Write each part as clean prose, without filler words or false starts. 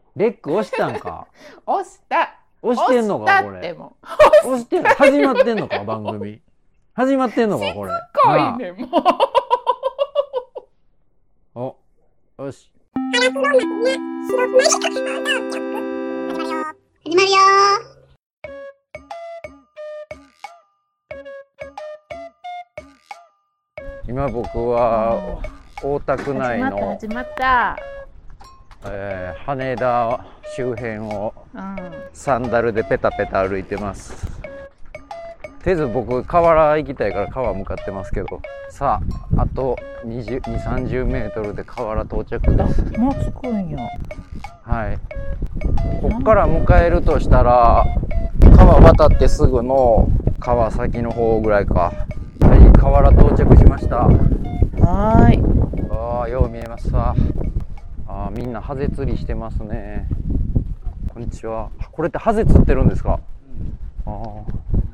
レック押したんか。 押した。 押してんのかこれ。押してんの。始まってんのか番組。始まってんのかこれ。 しつこいねもう。お、よし。 始まるよ。 今僕は大田区内の始まった。 羽田周辺をサンダルでペタペタ歩いてます。とりあえず僕河原行きたいから川向かってますけど、さああと20、30メートルで河原到着です。 もう着くんよ。 はい。こっから迎えるとしたら川渡ってすぐの川崎の方ぐらいか。はい、河原到着しました。 はい。 ああ、よう見えますわ。ああ、みんなハゼ釣りしてますね。こんにちは。これってハゼ釣ってるんですか？ああ。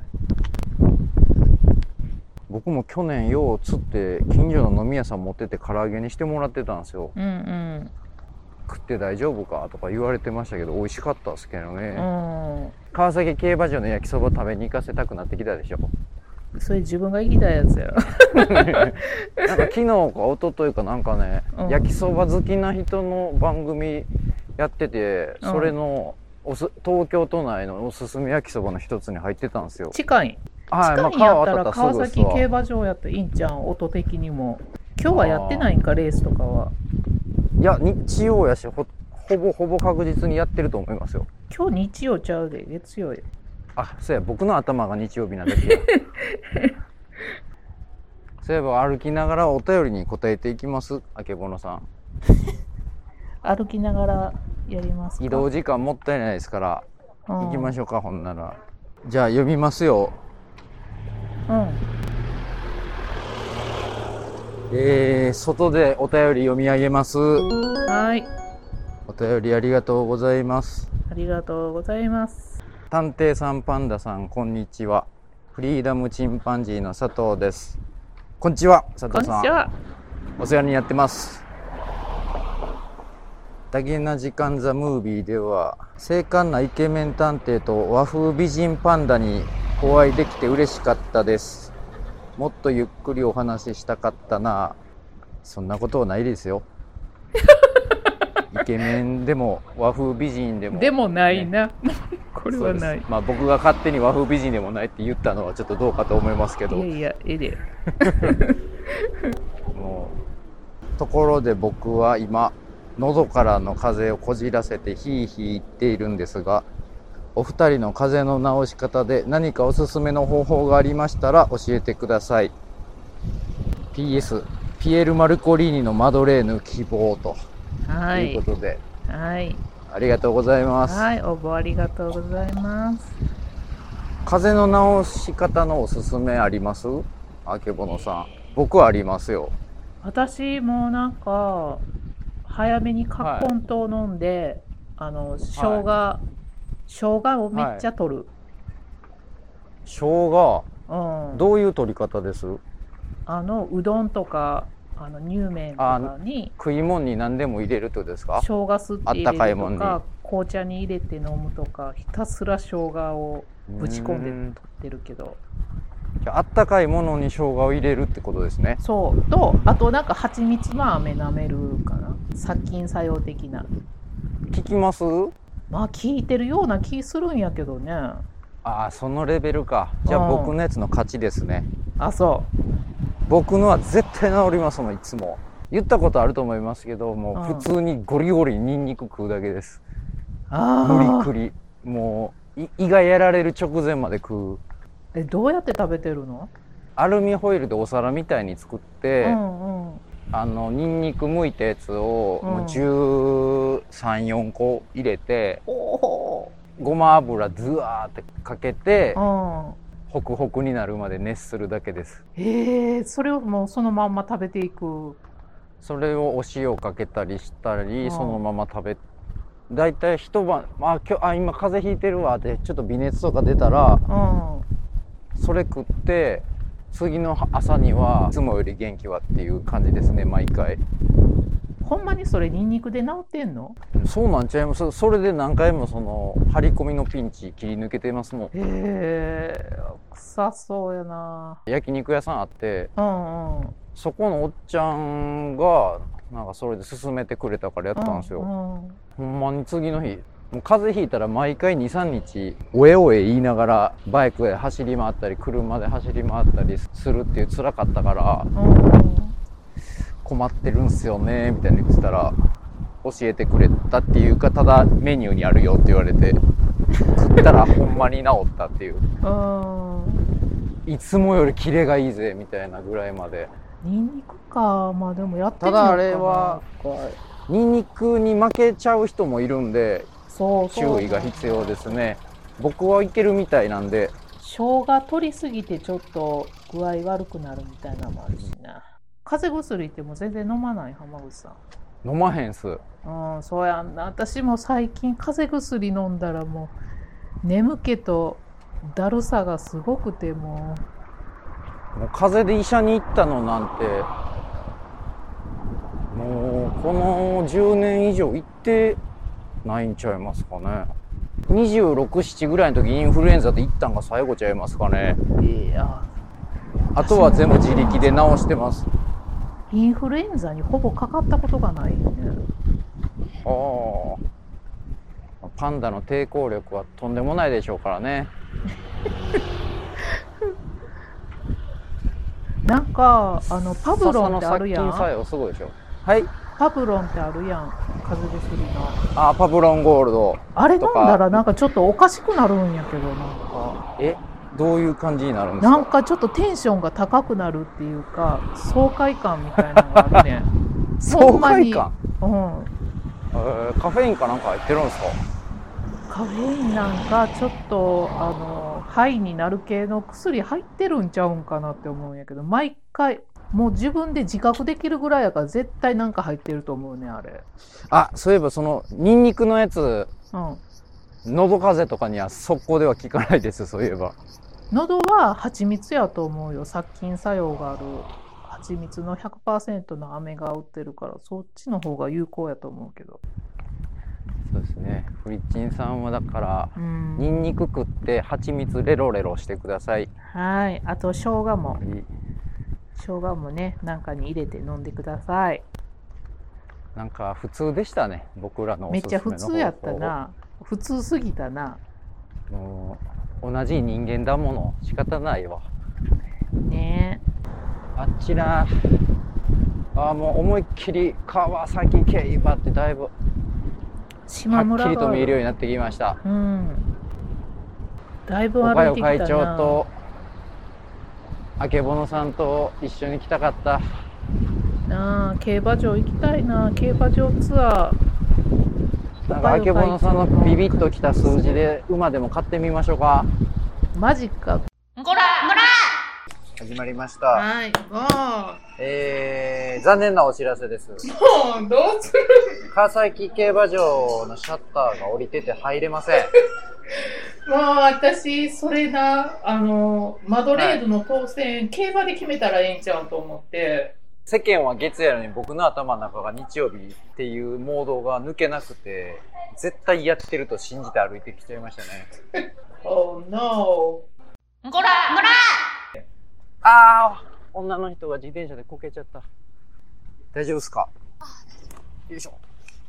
僕も去年よう釣って近所の飲み屋さん持ってて唐揚げにしてもらってたんですよ。食って大丈夫かとか言われてましたけど美味しかったですけどね。川崎競馬場の焼きそば食べに行かせたくなってきたでしょ。 それ自分が行きたいやつやろ。 なんか昨日か一昨日かなんかね、焼きそば好きな人の番組やってて、それの東京都内のおすすめ焼きそばの一つに入ってたんですよ。 近い。 はい、 近いんやったら川崎競馬場やったらいいんちゃん、音的にも。今日はやってないんか、レースとかは。 いや、日曜やし、ほぼ確実にやってると思いますよ。 今日日曜ちゃうで、月曜や。 あ、そうや、僕の頭が日曜日なんだけど。そういえば歩きながらお便りに答えていきます、あけぼのさん。 歩きながらやりますか。移動時間もったいないですから、行きましょうか、ほんなら。じゃあ読みますよ。外でお便り読み上げます。 はい。 お便りありがとうございます。 ありがとうございます。 探偵さん、パンダさん、こんにちは。フリーダムチンパンジーの佐藤です。こんにちは、佐藤さん。 こんにちは。 お世話になってます。ダゲな時間ザムービーでは、精悍なイケメン探偵と和風美人パンダにお会いできて嬉しかったです。もっとゆっくりお話ししたかったな。そんなことはないですよ。イケメンでも和風美人でも、 でもないな。これはない。 まあ僕が勝手に和風美人でもないって言ったのはちょっとどうかと思いますけど。 いやいや、ええで。 もうところで僕は今喉からの風をこじらせてヒーヒー言っているんですが、お二人の風邪の治し方で何かおすすめの方法がありましたら教えてください。 PS ピエール・マルコリーニのマドレーヌ希望と、 はい、 ということで、 はい、 ありがとうございます。 はい、応募ありがとうございます。 風邪の治し方のおすすめあります？あけぼのさん。僕はありますよ。 私もなんか早めに葛根湯飲んで、生姜をめっちゃ取る。 生姜、どういう取り方です？ うどんとか乳麺とかに食い物に何でも入れるってことですか？ 生姜すって入れるとか、紅茶に入れて飲むとか、ひたすら生姜をぶち込んで取ってるけど。 じゃあ、あったかいものに生姜を入れるってことですね。 そうと、あとなんか蜂蜜の飴舐めるかな、殺菌作用的な。 効きます？ まあ効いてるような気するんやけどね。 ああ、そのレベルか。じゃあ僕のやつの勝ちですね。 あ、そう。 僕のは絶対治りますもん。いつも言ったことあると思いますけど、もう普通にゴリゴリニンニク食うだけです。無理くり、もう胃がやられる直前まで食う。 どうやって食べてるの？ アルミホイルでお皿みたいに作って、ニンニク剥いたやつをもう13、14個入れて、ごま油ズワーってかけて、ホクホクになるまで熱するだけです。 それをもうそのまんま食べていく。 それをお塩かけたりしたり、そのまま食べ、だいたい一晩、今風邪ひいてるわってちょっと微熱とか出たら、それ食って次の朝にはいつもより元気はっていう感じですね、毎回。 ほんまにそれニンニクで治ってんの？ そうなんちゃいます。それで何回もその張り込みのピンチ切り抜けてますもん。 へえ、臭そうやな。 焼肉屋さんあって、 うんうん。 そこのおっちゃんがなんかそれで勧めてくれたからやったんですよ。ほんまに次の日もう風邪ひいたら毎回 2,3 日おえおえ言いながらバイクで走り回ったり車で走り回ったりするっていう辛かったから困ってるんすよねみたいに言ってたら教えてくれたっていうか、ただメニューにあるよって言われて食ったらほんまに治ったっていう、いつもよりキレがいいぜみたいなぐらいまで。 ニンニクか。まあでもやってたみようかな。 だあれはニンニクに負けちゃう人もいるんで注意が必要ですね。僕はいけるみたいなんで。 生姜取りすぎてちょっと具合悪くなるみたいなのもあるしな。風邪薬ってもう全然飲まない？浜口さん。 飲まへんす。 うん、そうやんな。私も最近風邪薬飲んだらもう眠気とだるさがすごくてもう風邪で医者に行ったのなんてもうこの10年以上行ってないんちゃいますかね。26、7ぐらいの時インフルエンザで行ったんが最後ちゃいますかね。 いや、 あとは全部自力で治してます。 インフルエンザにほぼかかったことがないよね。 パンダの抵抗力はとんでもないでしょうからね。 なんかパブロンってあるやん。 殺菌作用すごいでしょ。はい。 パブロンってあるやん、風邪薬の。 パブロンゴールド。 あれ飲んだらなんかちょっとおかしくなるんやけど、なんか。 どういう感じになるんですか？ なんかちょっとテンションが高くなるっていうか、爽快感みたいなのがあるね。 爽快感？ うん。 カフェインかなんか入ってるんですか？ カフェインなんかちょっとハイになる系の薬入ってるんちゃうんかなって思うんやけど、毎回もう自分で自覚できるぐらいやから絶対なんか入ってると思うね、あれ。 そういえばそのニンニクのやつ、 うん、 喉風邪とかには速攻では効かないです。そういえば喉は蜂蜜やと思うよ。殺菌作用がある蜂蜜の 100% の飴が売ってるから、そっちの方が有効やと思うけど。 そうですね。フリッチンさんはだからニンニク食って蜂蜜レロレロしてください。 はい。あと生姜もね、なんかに入れて飲んでください。 なんか普通でしたね、僕らのおすすめの方法。 めっちゃ普通やったな。普通すぎたな。 もう同じ人間だもの、仕方ないわねあっちな。もう思いっきり川崎競馬ってだいぶはっきりと見えるようになってきました。 だいぶ歩いてきたな。 岡代会長とあけぼのさんと一緒に来たかった。 競馬場行きたいな。競馬場ツアー。 なんかあけぼのさんのビビッときた数字で馬でも買ってみましょうか。 マジか。 始まりました。 はい。 残念なお知らせです。 もうどうする？ 川崎競馬場のシャッターが降りてて入れません。 もう私それな、マドレーヌの当選、競馬で決めたらええんちゃうと思って。 世間は月やのに僕の頭の中が日曜日っていうモードが抜けなくて、絶対やってると信じて歩いてきちゃいましたね。 Oh no。 女の人が自転車でこけちゃった。大丈夫ですか？よいしょ。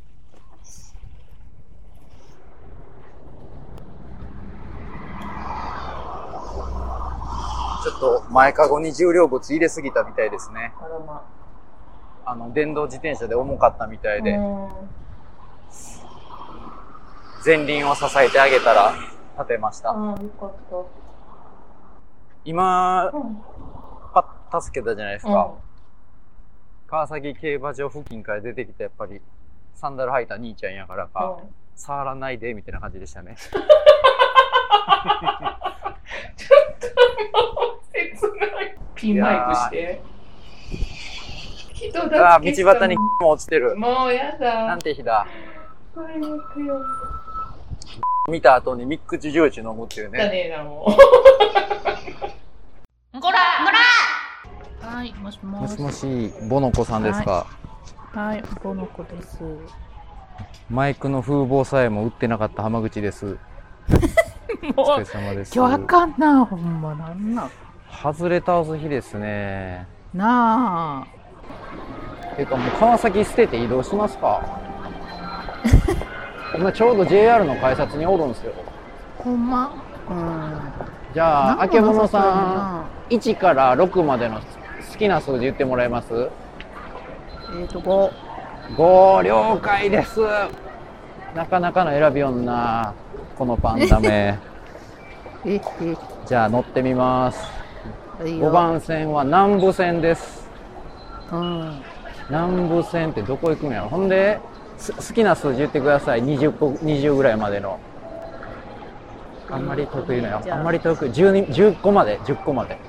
ちょっと前かごに重量物入れすぎたみたいですね。電動自転車で重かったみたいで、前輪を支えてあげたら立てました。 よかった。 今、パッ助けたじゃないですか。川崎競馬場付近から出てきたやっぱりサンダル履いた兄ちゃんやからか、触らないでみたいな感じでしたね。 ちょっともう切ない。ピンマイクして。人だけ道端にも落ちてる。 もうやだ。 なんて日だ。 これ行くよ。 見た後にミックスジューチ飲むっていうね。 だねえなもう。はい、もしもし。 もしもし、ボノコさんですか？ はい、この子です。 マイクの風貌さえも売ってなかった浜口です。おもう疲れ様です。 今日あかんな、ほんまなんなん。 外れ倒す日ですね。 なあ。 ていうかもう川崎捨てて移動しますか。今ちょうど JR の改札におるんですよ。 ほんま。うん。 じゃあ、あけぼのさん。 1から6までの好きな数字言ってもらえます？ 5。 5、了解です。なかなかの選びよんな、このパンダめ。じゃあ乗ってみます。5番線は南武線です。 うん。 南武線ってどこ行くんやろ。ほんで好きな数字言ってください。20ぐらいまでの。あんまり得意なよ。あんまり得意。10個まで。10個まで。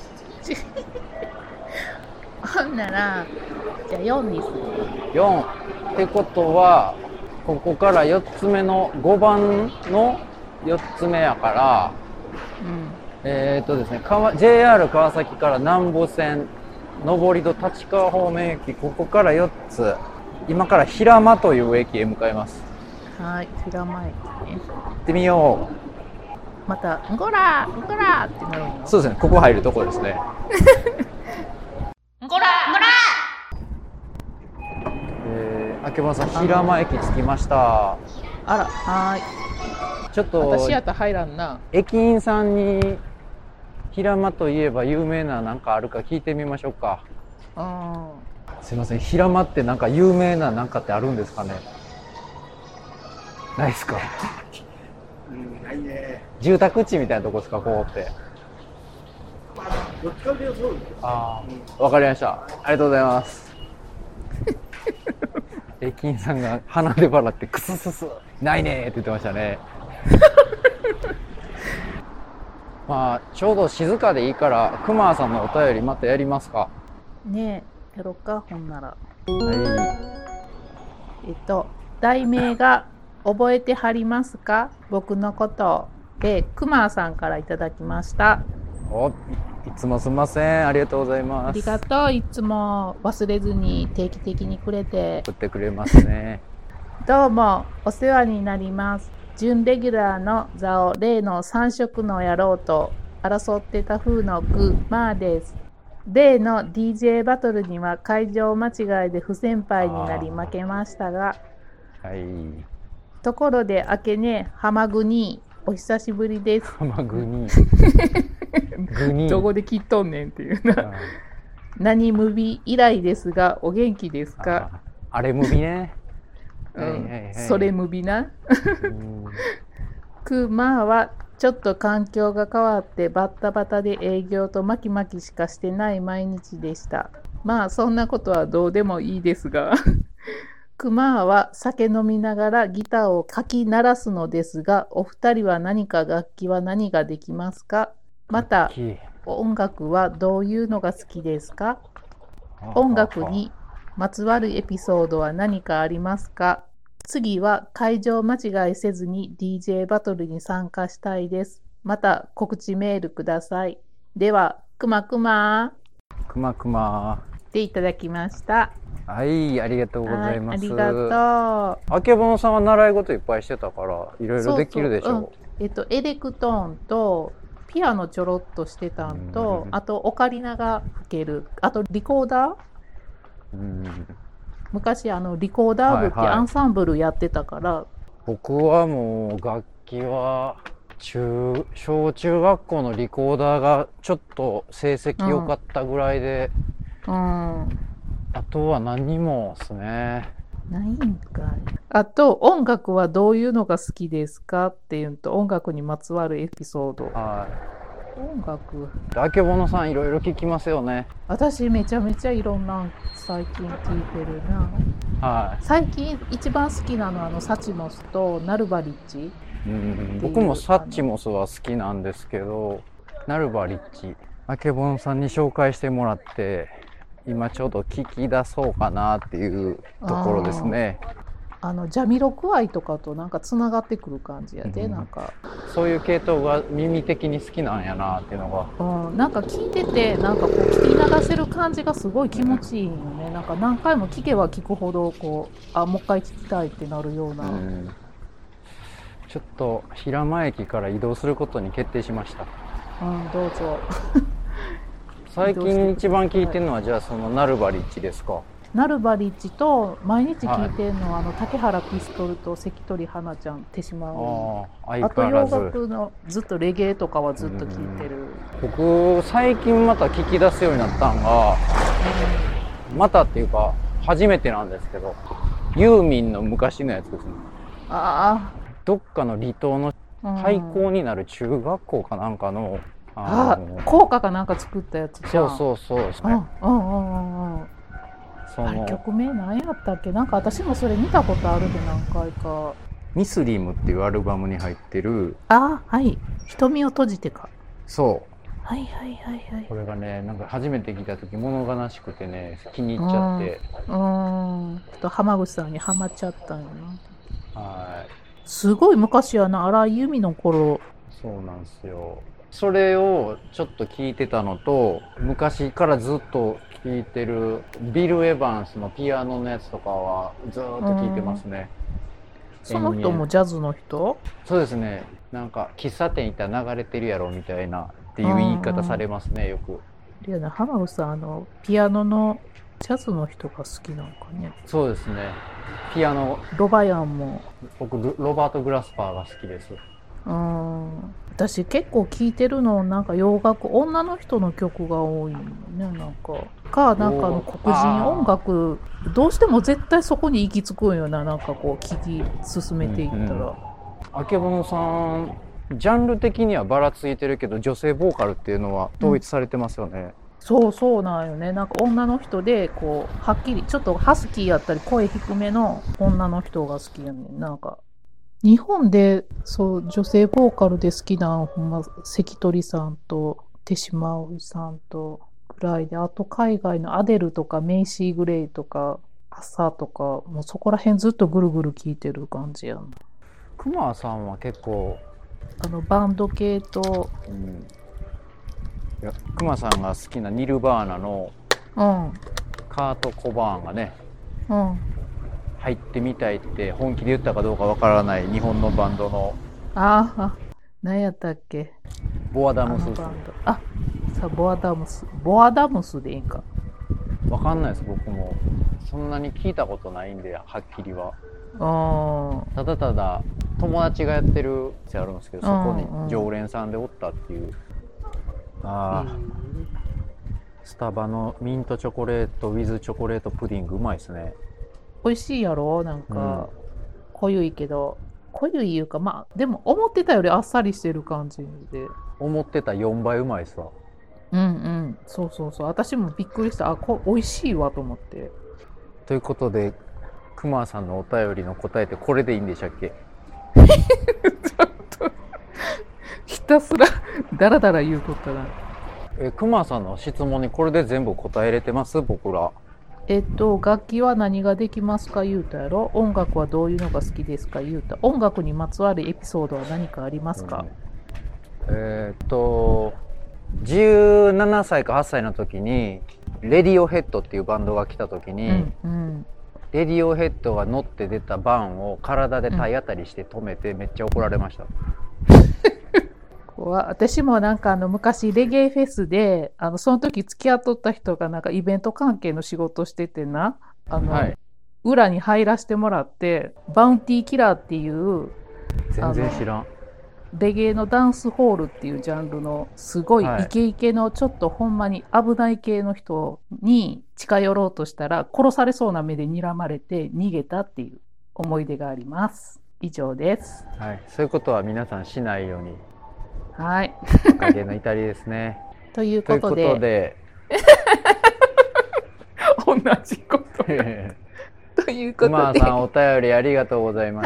ほんならじゃあ4にする。 4ってことはここから4つ目の5番の4つ目やから、ですね、JR 川崎から南武線上り戸立川方面駅、ここから4つ、今から平間という駅へ向かいます。 はい、平間駅ね。 行ってみよう。またんごらんごらってなるの。 そうですね、ここ入るとこですね。 んごらんごら。 あけぼのさん、平間駅着きました。 あら、はい。 ちょっと私やったら入らんな。 駅員さんに平間といえば有名ななんかあるか聞いてみましょうか。すいません、平間ってなんか有名ななんかってあるんですかね。ないですか。 ないね。 住宅地みたいなとこですか、ここって。 どっちかというとそうです。 ああ、わかりました。ありがとうございます。駅員さんが鼻で笑ってクスススないねって言ってましたね。まあちょうど静かでいいからクマさんのお便りまたやりますか。 ねえ、やろうか、ほんなら。 はい。 題名が覚えてはりますか？僕のことでクマさんからいただきました。 いつもすみません、ありがとうございます。 ありがとう、いつも忘れずに定期的にくれて。 送ってくれますね。 どうもお世話になります。準レギュラーの座を例の3色の野郎と争ってた風のクマです。例の DJ バトルには会場間違いで不先輩になり負けましたが、 はい。 ところであけね、浜国お久しぶりです。 浜国国どこで切っとんねんっていうな。何ムビ以来ですがお元気ですか？ あれムビね。 それムビな。クマはちょっと環境が変わってバッタバタで営業とマキマキしかしてない毎日でした。まあそんなことはどうでもいいですがクマは酒飲みながらギターをかき鳴らすのですが、お二人は何か楽器は何ができますか？また音楽はどういうのが好きですか？音楽にまつわるエピソードは何かありますか？次は会場間違いせずに DJ バトルに参加したいです。また告知メールください。では、くまくまでいただきました。 はい、ありがとうございます。 ありがとう。 あけぼのさんは習い事いっぱいしてたからいろいろできるでしょう。 エレクトーンとピアノちょろっとしてたんと、あとオカリナが吹ける、あとリコーダー、昔リコーダー部ってアンサンブルやってたから、 僕はもう楽器は小中学校のリコーダーがちょっと成績良かったぐらいで、あとは何もですね。 ないんかい。あと音楽はどういうのが好きですかっていうと、音楽にまつわるエピソード。音楽。 あけぼのさんいろいろ聞きますよね。 私めちゃめちゃいろんな最近聞いてるな。最近一番好きなのはサチモスとナルバリッチ。 僕もサチモスは好きなんですけど、ナルバリッチあけぼのさんに紹介してもらって今ちょうど聞き出そうかなっていうところですね。 ジャミロクワイとかとなんかつながってくる感じやで、なんか、 そういう系統が耳的に好きなんやなっていうのが。 なんか聞いててなんかこう聞き流せる感じがすごい気持ちいいよね。なんか何回も聞けば聞くほどこうもう一回聞きたいってなるような。 ちょっと平間駅から移動することに決定しました。 どうぞ。 最近一番聞いてるのはじゃあそのナルバリッチですか。 ナルバリッチと毎日聞いてるのは、竹原ピストルと関取花ちゃん手島葵、あと洋楽のずっとレゲエとかはずっと聞いてる。 僕最近また聞き出すようになったんが、またっていうか初めてなんですけど、ユーミンの昔のやつですね。どっかの離島の廃校になる中学校かなんかの校歌かなんか作ったやつじゃん。 そうあれ曲名何やったっけ。なんか私もそれ見たことあるで何回か。 ミスリムっていうアルバムに入ってる瞳を閉じてか。 そうこれがね、なんか初めて聞いた時物悲しくてね、気に入っちゃって、 ちょっと浜口さんにハマっちゃったんやな。 はい。 すごい昔やな、荒井由実の頃。 そうなんですよ。それをちょっと聞いてたのと、昔からずっと聞いてるビル・エヴァンスのピアノのやつとかはずっと聞いてますね。 その人もジャズの人？ そうですね。なんか喫茶店行ったら流れてるやろみたいなっていう言い方されますね、よく。 いや、浜口さんピアノのジャズの人が好きなのかね。 そうですね。ピアノロバヤンも。 僕ロバート・グラスパーが好きです。 私結構聴いてるのなんか洋楽、女の人の曲が多いね。なんか黒人音楽、どうしても絶対そこに行き着くんよな。なんかこう聴き進めていったら、 あけぼのさんジャンル的にはばらついてるけど、女性ボーカルっていうのは統一されてますよね。 そうなんよね。なんか女の人でこうはっきりちょっとハスキーやったり声低めの女の人が好きやねん。なんか日本で女性ボーカルで好きなほんま関取さんと手島葵さんとぐらいで、あと海外のアデルとかメイシー・グレイとか朝とか、もうそこら辺ずっとぐるぐる聴いてる感じやな。 熊さんは結構バンド系と、 熊さんが好きなニルバーナのカート・コバーンがね、入ってみたいって本気で言ったかどうかわからない日本のバンドの何やったっけ。 ボアダムスです。 ボアダムスでいいんかわかんないです。僕もそんなに聞いたことないんではっきりは。ただただ友達がやってるってあるんですけど、そこに常連さんでおったっていう。スタバのミントチョコレートウィズチョコレートプディングうまいですね。 美味しいやろ。なんか濃ゆいけど、濃ゆいいうかでも思ってたよりあっさりしてる感じで、 思ってた4倍うまいさ。 そう私もびっくりした。美味しいわと思って。 ということで熊さんのお便りの答えってこれでいいんでしたっけ？ ちょっとひたすらダラダラ言うとったな。 熊さんの質問にこれで全部答えれてます？僕ら楽器は何ができますか言うたやろ。音楽はどういうのが好きですか言うた。音楽にまつわるエピソードは何かありますか？ 17歳か8歳の時にレディオヘッドっていうバンドが来た時に、レディオヘッドが乗って出たバンを体で体当たりして止めてめっちゃ怒られました。 私もなんか昔レゲエフェスでその時付き合っとった人がなんかイベント関係の仕事しててな、裏に入らせてもらって、バウンティーキラーっていう全然知らんレゲエのダンスホールっていうジャンルのすごいイケイケのちょっとほんまに危ない系の人に近寄ろうとしたら殺されそうな目で睨まれて逃げたっていう思い出があります。以上です。 そういうことは皆さんしないように。おかげの至りですね。 ということで同じことということで、 熊さんお便りありがとうございました。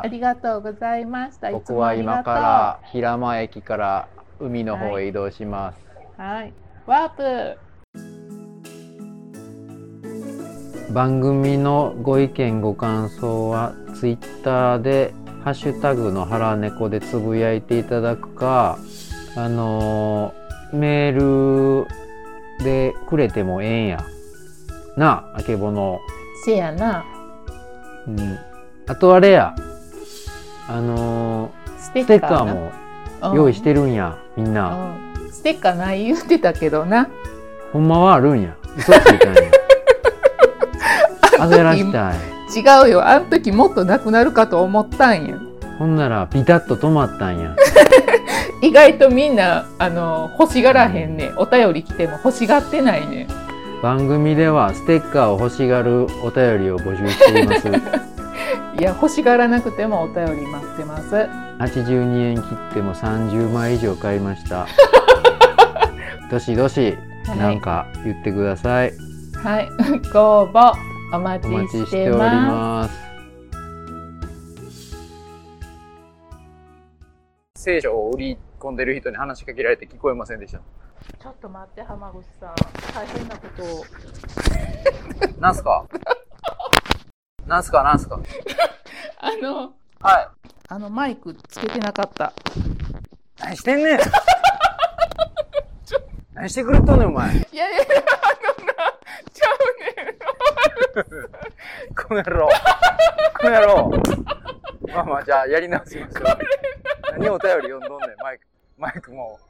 ありがとうございました。 僕は今から平間駅から海の方へ移動します。 ワープ。 番組のご意見ご感想はツイッターでハッシュタグの腹猫でつぶやいていただくか、メールでくれてもええんやなあ、あけぼの。 せやな。 あとあれや、 ステステッッカーカーもな用意してるんや、みんな。 ステッカーない言ってたけどな。 ほんまはあるんや。嘘ついたんや。焦らしたい。 違うよ、あの時もっとなくなるかと思ったんや。 ほんならピタッと止まったんや。 意外とみんな欲しがらへんね。お便り来ても欲しがってないね。 番組ではステッカーを欲しがるお便りを募集しています。 いや、欲しがらなくてもお便り待ってます。 82円切っても30枚以上買いました。どしどしなんか言ってください。 はい、ご応募お待お待ちしちしてております。 ます。聖書を売り込んでる人に話しかけられて聞こえませんでした。 ちょっと待って、浜口さん、大変なことを。 なんすかなんすかなんすか。はい。 マイクつけてなかった。 何してんねん。何してくれとんねんお前。 いやいや、ちゃうねん。 この野郎。この野郎。まあまあ、じゃあやり直しましょう。何お便り読んどんねん、マイクもう。